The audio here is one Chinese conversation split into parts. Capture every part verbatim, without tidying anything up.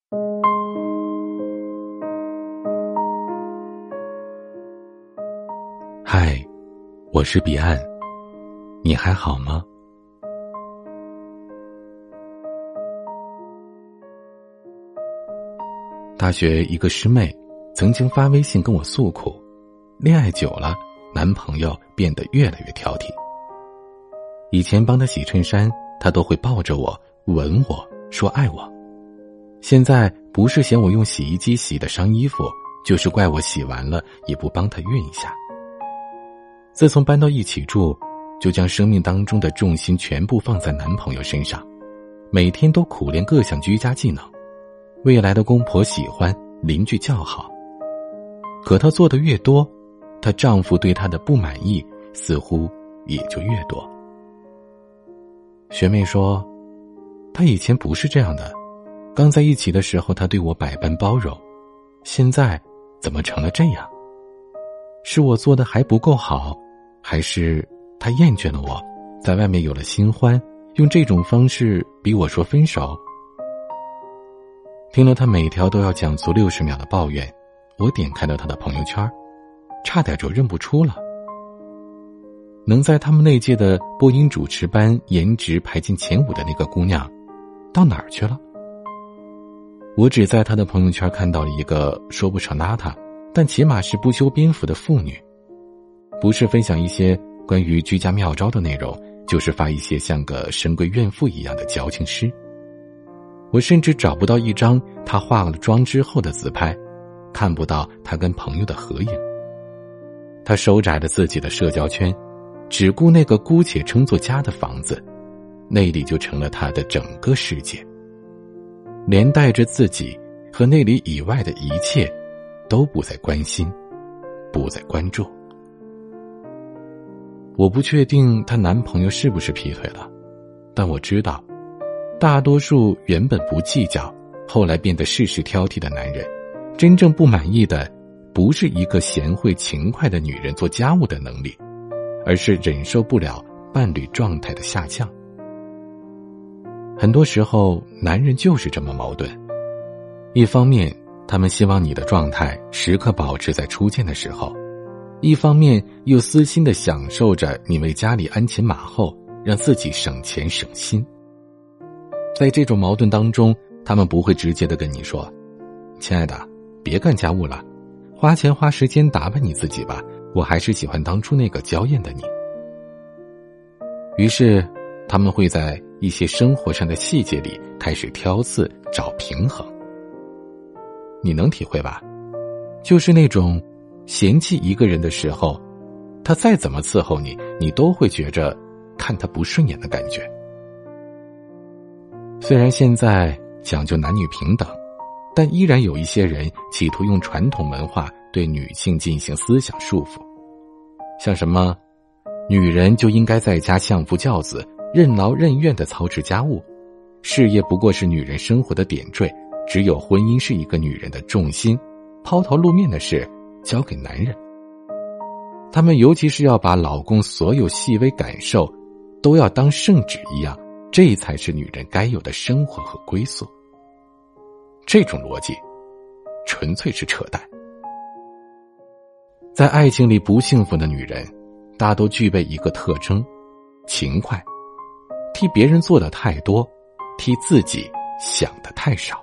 嗨，我是彼岸，你还好吗？大学一个师妹曾经发微信跟我诉苦，恋爱久了，男朋友变得越来越挑剔。以前帮他洗衬衫，他都会抱着我吻我说爱我，现在不是嫌我用洗衣机洗的伤衣服，就是怪我洗完了也不帮他熨一下。自从搬到一起住，就将生命当中的重心全部放在男朋友身上，每天都苦练各项居家技能，未来的公婆喜欢，邻居叫好。可她做的越多，她丈夫对她的不满意似乎也就越多。学妹说，她以前不是这样的，刚在一起的时候她对我百般包容，现在怎么成了这样？是我做的还不够好，还是她厌倦了我，在外面有了新欢，用这种方式逼我说分手？听了她每条都要讲足六十秒的抱怨，我点开了她的朋友圈，差点就认不出了。能在他们那届的播音主持班颜值排进前五的那个姑娘，到哪儿去了？我只在她的朋友圈看到了一个说不上邋遢，但起码是不修边幅的妇女，不是分享一些关于居家妙招的内容，就是发一些像个深闺怨妇一样的矫情诗。我甚至找不到一张她化了妆之后的自拍，看不到她跟朋友的合影。她收窄了自己的社交圈，只顾那个姑且称作家的房子，那里就成了她的整个世界，连带着自己和那里以外的一切都不再关心，不再关注。我不确定她男朋友是不是劈腿了，但我知道大多数原本不计较，后来变得事事挑剔的男人，真正不满意的不是一个贤惠勤快的女人做家务的能力，而是忍受不了伴侣状态的下降。很多时候男人就是这么矛盾，一方面他们希望你的状态时刻保持在初见的时候，一方面又私心地享受着你为家里鞍前马后，让自己省钱省心。在这种矛盾当中，他们不会直接地跟你说，亲爱的，别干家务了，花钱花时间打扮你自己吧，我还是喜欢当初那个娇艳的你。于是他们会在一些生活上的细节里开始挑刺找平衡。你能体会吧？就是那种嫌弃一个人的时候，他再怎么伺候你，你都会觉着看他不顺眼的感觉。虽然现在讲究男女平等，但依然有一些人企图用传统文化对女性进行思想束缚，像什么女人就应该在家相夫教子，任劳任怨地操持家务，事业不过是女人生活的点缀，只有婚姻是一个女人的重心，抛头露面的事交给男人。他们尤其是要把老公所有细微感受都要当圣旨一样，这才是女人该有的生活和归宿。这种逻辑纯粹是扯淡。在爱情里不幸福的女人大都具备一个特征，勤快，替别人做的太多，替自己想的太少。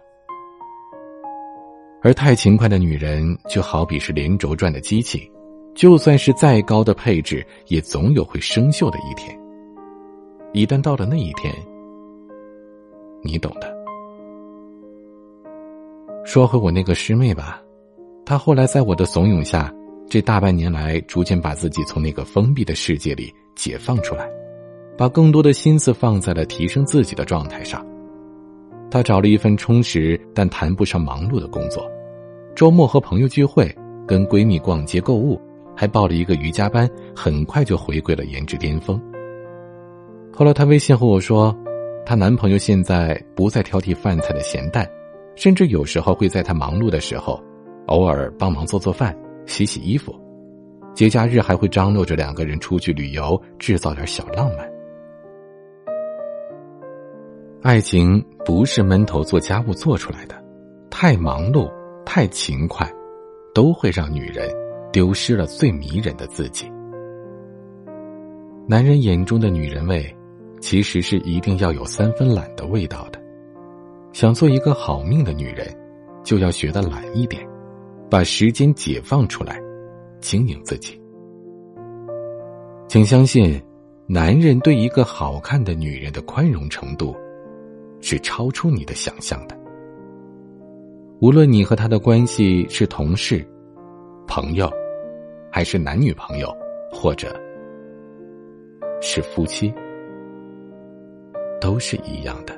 而太勤快的女人就好比是连轴转的机器，就算是再高的配置也总有会生锈的一天。一旦到了那一天，你懂的。说回我那个师妹吧，她后来在我的怂恿下，这大半年来逐渐把自己从那个封闭的世界里解放出来，把更多的心思放在了提升自己的状态上。她找了一份充实但谈不上忙碌的工作，周末和朋友聚会，跟闺蜜逛街购物，还报了一个瑜伽班，很快就回归了颜值巅峰。后来她微信和我说，她男朋友现在不再挑剔饭菜的咸淡，甚至有时候会在她忙碌的时候偶尔帮忙做做饭，洗洗衣服，节假日还会张罗着两个人出去旅游，制造点小浪漫。爱情不是闷头做家务做出来的， 太忙碌、太勤快，都会让女人丢失了最迷人的自己。男人眼中的女人味，其实是一定要有三分懒的味道的。想做一个好命的女人，就要学得懒一点，把时间解放出来，经营自己。请相信，男人对一个好看的女人的宽容程度，是超出你的想象的。无论你和他的关系是同事、朋友，还是男女朋友，或者是夫妻，都是一样的。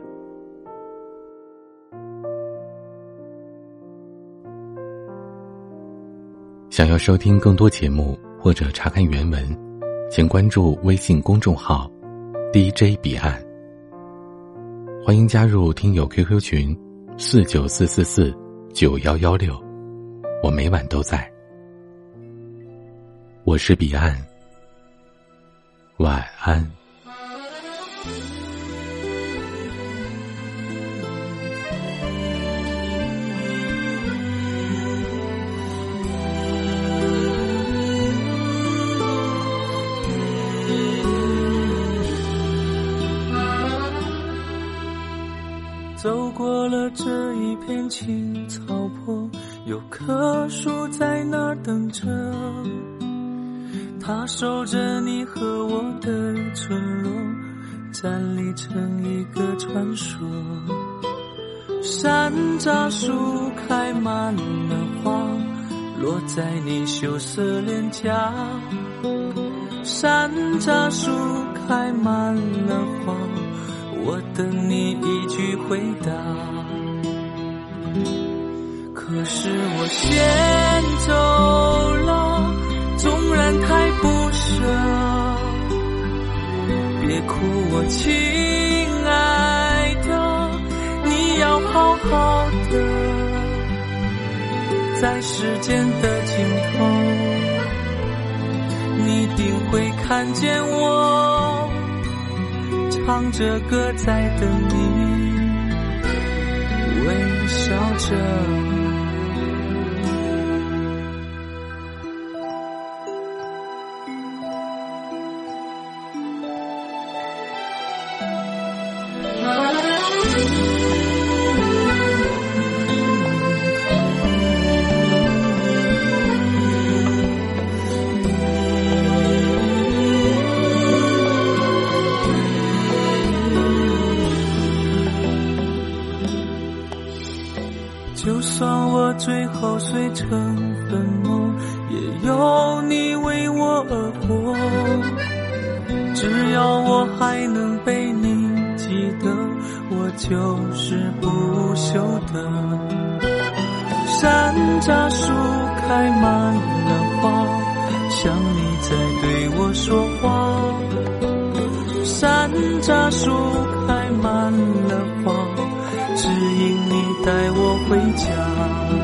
想要收听更多节目或者查看原文，请关注微信公众号 D J 彼岸。欢迎加入听友 Q Q 群四九四四四九一一六，我每晚都在。我是彼岸，晚安。 走过了这一片青草坡，有棵树在那儿等着，它守着你和我的村落，站立成一个传说。山楂树开满了花，落在你羞涩脸颊。山楂树开满了花，我等你一句回答。可是我先走了，纵然太不舍，别哭我亲爱的，你要好好的。在时间的尽头，你定会看见我唱着歌在等你，微笑着。就算我最后碎成粉末，也有你为我而活。只要我还能被你记得，我就是不朽的。山楂树开满了花，像你在对我说话。山楂树开满了花，指引你带我回家。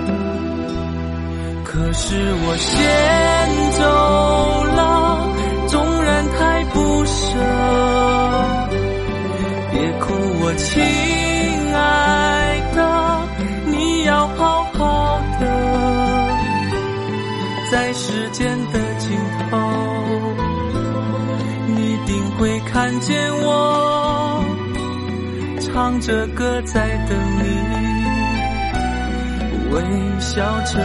可是我先走了，纵然太不舍，别哭我亲爱的，你要好好的。在时间的尽头，你定会看见我唱着歌在等你，微笑着。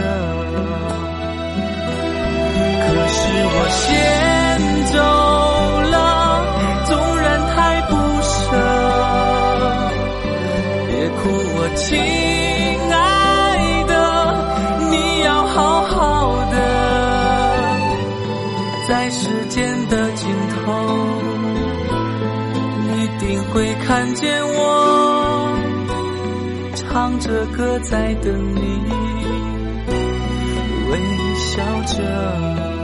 可是我先走了，纵然太不舍，别哭我亲爱的，你要好好的。在时间的尽头，一定会看见我唱着歌在等你，微笑着。